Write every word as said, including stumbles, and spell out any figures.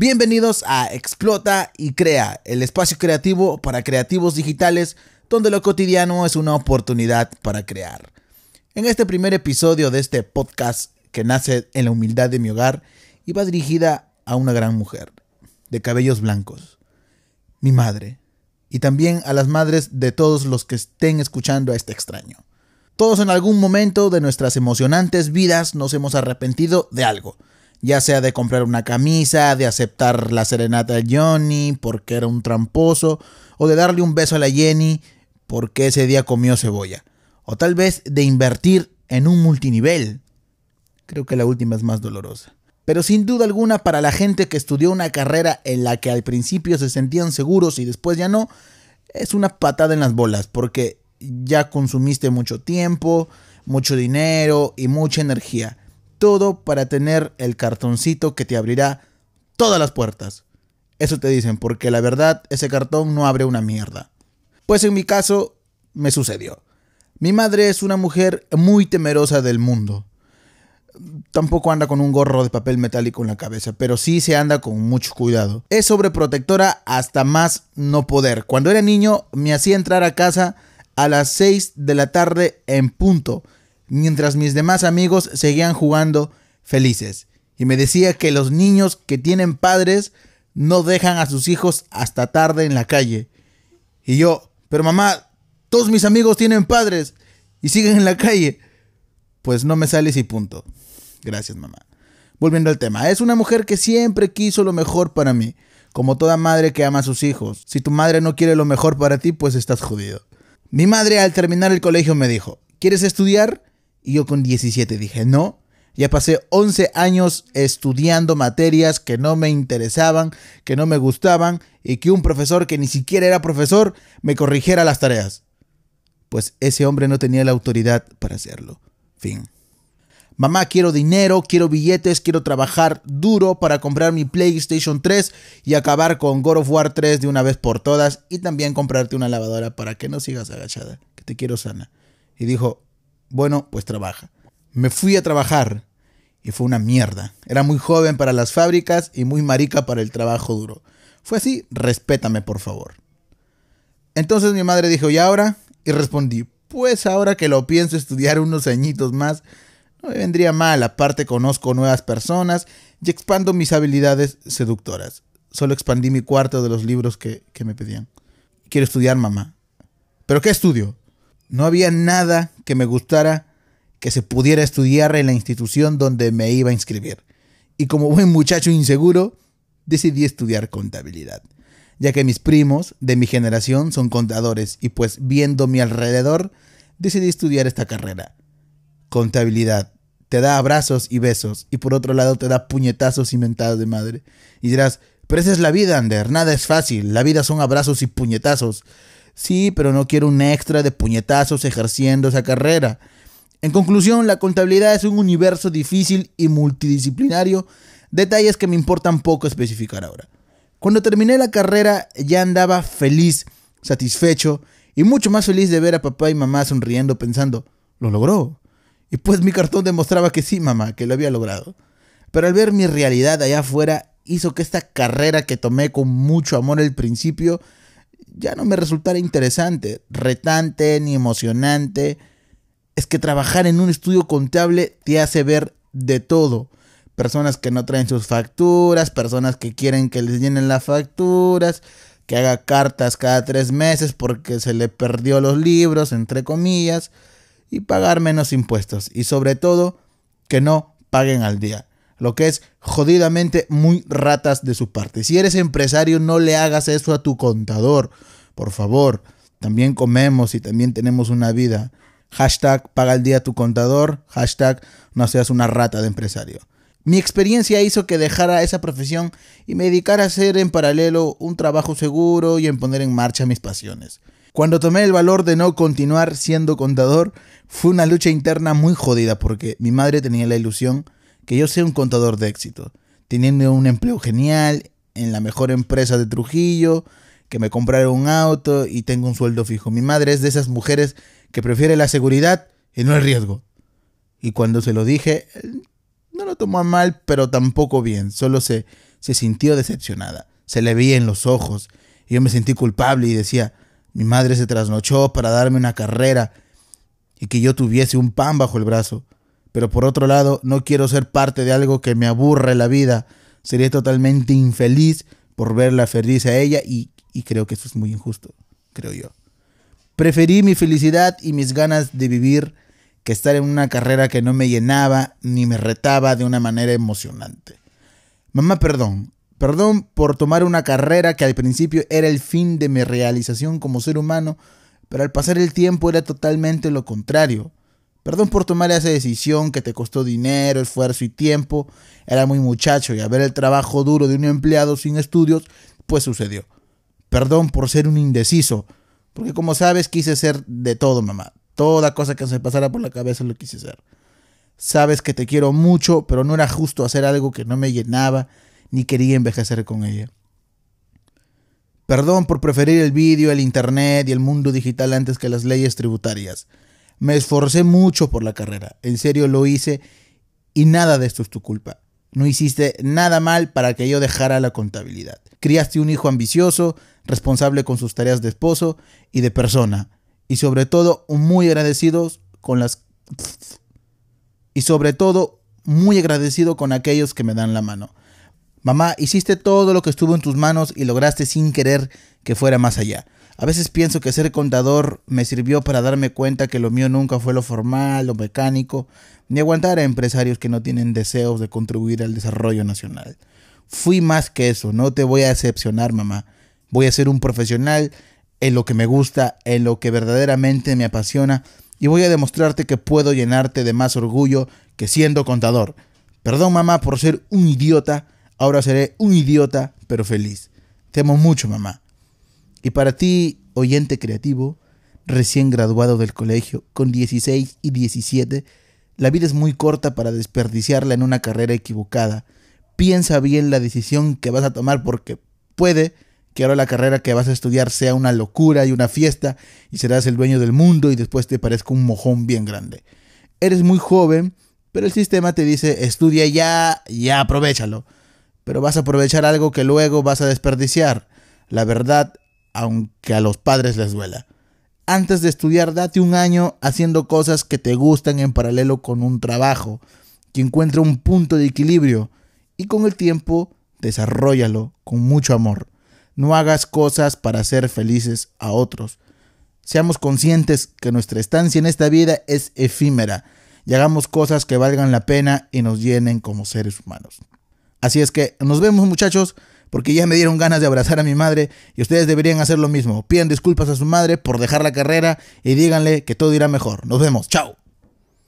Bienvenidos a Explota y Crea, el espacio creativo para creativos digitales donde lo cotidiano es una oportunidad para crear. En este primer episodio de este podcast que nace en la humildad de mi hogar y va dirigida a una gran mujer de cabellos blancos, mi madre, y también a las madres de todos los que estén escuchando a este extraño. Todos en algún momento de nuestras emocionantes vidas nos hemos arrepentido de algo. Ya sea de comprar una camisa, de aceptar la serenata de Johnny porque era un tramposo, o de darle un beso a la Jenny porque ese día comió cebolla. O tal vez de invertir en un multinivel. Creo que la última es más dolorosa. Pero sin duda alguna para la gente que estudió una carrera en la que al principio se sentían seguros y después ya no, es una patada en las bolas porque ya consumiste mucho tiempo, mucho dinero y mucha energía. Todo para tener el cartoncito que te abrirá todas las puertas. Eso te dicen, porque la verdad, ese cartón no abre una mierda. Pues en mi caso, me sucedió. Mi madre es una mujer muy temerosa del mundo. Tampoco anda con un gorro de papel metálico en la cabeza, pero sí se anda con mucho cuidado. Es sobreprotectora hasta más no poder. Cuando era niño, me hacía entrar a casa a las seis de la tarde en punto, mientras mis demás amigos seguían jugando felices. Y me decía que los niños que tienen padres no dejan a sus hijos hasta tarde en la calle. Y yo, pero mamá, todos mis amigos tienen padres y siguen en la calle. Pues no me sales y punto. Gracias, mamá. Volviendo al tema, es una mujer que siempre quiso lo mejor para mí, como toda madre que ama a sus hijos. Si tu madre no quiere lo mejor para ti, pues estás jodido. Mi madre al terminar el colegio me dijo, ¿quieres estudiar? Y yo con diecisiete dije, no, ya pasé once años estudiando materias que no me interesaban, que no me gustaban y que un profesor que ni siquiera era profesor me corrigiera las tareas. Pues ese hombre no tenía la autoridad para hacerlo. Fin. Mamá, quiero dinero, quiero billetes, quiero trabajar duro para comprar mi PlayStation tres y acabar con God of War tres de una vez por todas y también comprarte una lavadora para que no sigas agachada, que te quiero sana. Y dijo, bueno, pues trabaja. Me fui a trabajar y fue una mierda. Era muy joven para las fábricas y muy marica para el trabajo duro. Fue así, respétame por favor. Entonces mi madre dijo, ¿y ahora? Y respondí, pues ahora que lo pienso estudiar unos añitos más, no me vendría mal. Aparte conozco nuevas personas y expando mis habilidades seductoras. Solo expandí mi cuarto de los libros que, que me pedían. Quiero estudiar, mamá. ¿Pero qué estudio? No había nada que me gustara que se pudiera estudiar en la institución donde me iba a inscribir. Y como buen muchacho inseguro, decidí estudiar contabilidad, ya que mis primos de mi generación son contadores y pues viendo mi alrededor, decidí estudiar esta carrera. Contabilidad. Te da abrazos y besos y por otro lado te da puñetazos y mentadas de madre. Y dirás, pero esa es la vida, Ander, nada es fácil, la vida son abrazos y puñetazos. Sí, pero no quiero un extra de puñetazos ejerciendo esa carrera. En conclusión, la contabilidad es un universo difícil y multidisciplinario, detalles que me importan poco especificar ahora. Cuando terminé la carrera ya andaba feliz, satisfecho y mucho más feliz de ver a papá y mamá sonriendo pensando, lo logró. Y pues mi cartón demostraba que sí, mamá, que lo había logrado. Pero al ver mi realidad allá afuera hizo que esta carrera que tomé con mucho amor al principio ya no me resultara interesante, retante ni emocionante. Es que trabajar en un estudio contable te hace ver de todo. Personas que no traen sus facturas, personas que quieren que les llenen las facturas, que haga cartas cada tres meses porque se le perdió los libros, entre comillas, y pagar menos impuestos. Y sobre todo, que no paguen al día. Lo que es jodidamente muy ratas de su parte. Si eres empresario, no le hagas eso a tu contador. Por favor, también comemos y también tenemos una vida. Hashtag paga al día a tu contador. Hashtag no seas una rata de empresario. Mi experiencia hizo que dejara esa profesión y me dedicara a hacer en paralelo un trabajo seguro y en poner en marcha mis pasiones. Cuando tomé el valor de no continuar siendo contador, fue una lucha interna muy jodida porque mi madre tenía la ilusión que yo sea un contador de éxito, teniendo un empleo genial en la mejor empresa de Trujillo, que me comprara un auto y tengo un sueldo fijo. Mi madre es de esas mujeres que prefiere la seguridad y no el riesgo. Y cuando se lo dije, no lo tomó a mal, pero tampoco bien. Solo se se sintió decepcionada. Se le veía en los ojos. Y yo me sentí culpable y decía, mi madre se trasnochó para darme una carrera y que yo tuviese un pan bajo el brazo. Pero por otro lado, no quiero ser parte de algo que me aburre la vida. Sería totalmente infeliz por verla feliz a ella y, y creo que eso es muy injusto, creo yo. Preferí mi felicidad y mis ganas de vivir que estar en una carrera que no me llenaba ni me retaba de una manera emocionante. Mamá, perdón. Perdón por tomar una carrera que al principio era el fin de mi realización como ser humano, pero al pasar el tiempo era totalmente lo contrario. Perdón por tomar esa decisión que te costó dinero, esfuerzo y tiempo. Era muy muchacho y a ver el trabajo duro de un empleado sin estudios, pues sucedió. Perdón por ser un indeciso, porque como sabes quise ser de todo, mamá. Toda cosa que se me pasara por la cabeza lo quise ser. Sabes que te quiero mucho, pero no era justo hacer algo que no me llenaba ni quería envejecer con ella. Perdón por preferir el vídeo, el internet y el mundo digital antes que las leyes tributarias. Me esforcé mucho por la carrera, en serio lo hice y nada de esto es tu culpa. No hiciste nada mal para que yo dejara la contabilidad. Criaste un hijo ambicioso, responsable con sus tareas de esposo y de persona. Y sobre todo muy agradecidos con las... Y sobre todo muy agradecido con aquellos que me dan la mano. Mamá, hiciste todo lo que estuvo en tus manos y lograste sin querer que fuera más allá. A veces pienso que ser contador me sirvió para darme cuenta que lo mío nunca fue lo formal, lo mecánico, ni aguantar a empresarios que no tienen deseos de contribuir al desarrollo nacional. Fui más que eso, no te voy a decepcionar, mamá. Voy a ser un profesional en lo que me gusta, en lo que verdaderamente me apasiona y voy a demostrarte que puedo llenarte de más orgullo que siendo contador. Perdón, mamá, por ser un idiota. Ahora seré un idiota, pero feliz. Te amo mucho, mamá. Y para ti, oyente creativo, recién graduado del colegio, con dieciséis y diecisiete, la vida es muy corta para desperdiciarla en una carrera equivocada. Piensa bien la decisión que vas a tomar porque puede que ahora la carrera que vas a estudiar sea una locura y una fiesta y serás el dueño del mundo y después te parezca un mojón bien grande. Eres muy joven, pero el sistema te dice estudia ya, ya aprovéchalo. Pero vas a aprovechar algo que luego vas a desperdiciar. La verdad, aunque a los padres les duela. Antes de estudiar, date un año haciendo cosas que te gustan en paralelo con un trabajo, que encuentre un punto de equilibrio y con el tiempo desarróllalo con mucho amor. No hagas cosas para ser felices a otros. Seamos conscientes que nuestra estancia en esta vida es efímera y hagamos cosas que valgan la pena y nos llenen como seres humanos. Así es que nos vemos, muchachos, porque ya me dieron ganas de abrazar a mi madre y ustedes deberían hacer lo mismo. Pidan disculpas a su madre por dejar la carrera y díganle que todo irá mejor. Nos vemos. Chao.